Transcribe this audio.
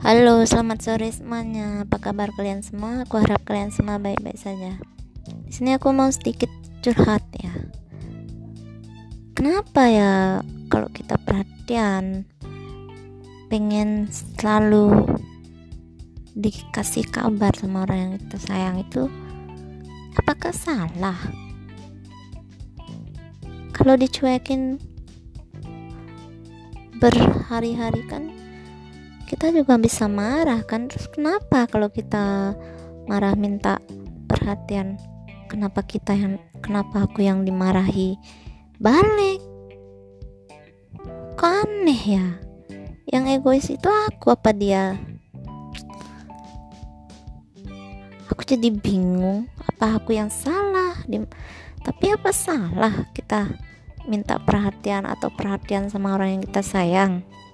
Halo, selamat sore semuanya. Apa kabar kalian semua? Aku harap kalian semua baik-baik saja. Di sini aku mau sedikit curhat ya. Kenapa ya kalau kita perhatian pengen selalu dikasih kabar sama orang yang kita sayang itu, apakah salah? Kalau dicuekin berhari-hari kan kita juga bisa marah kan. Terus kenapa kalau kita marah minta perhatian, kenapa aku yang dimarahi balik? Kok aneh ya? Yang egois itu aku apa dia? Aku jadi bingung, apa aku yang salah? Tapi apa salah kita minta perhatian atau perhatian sama orang yang kita sayang?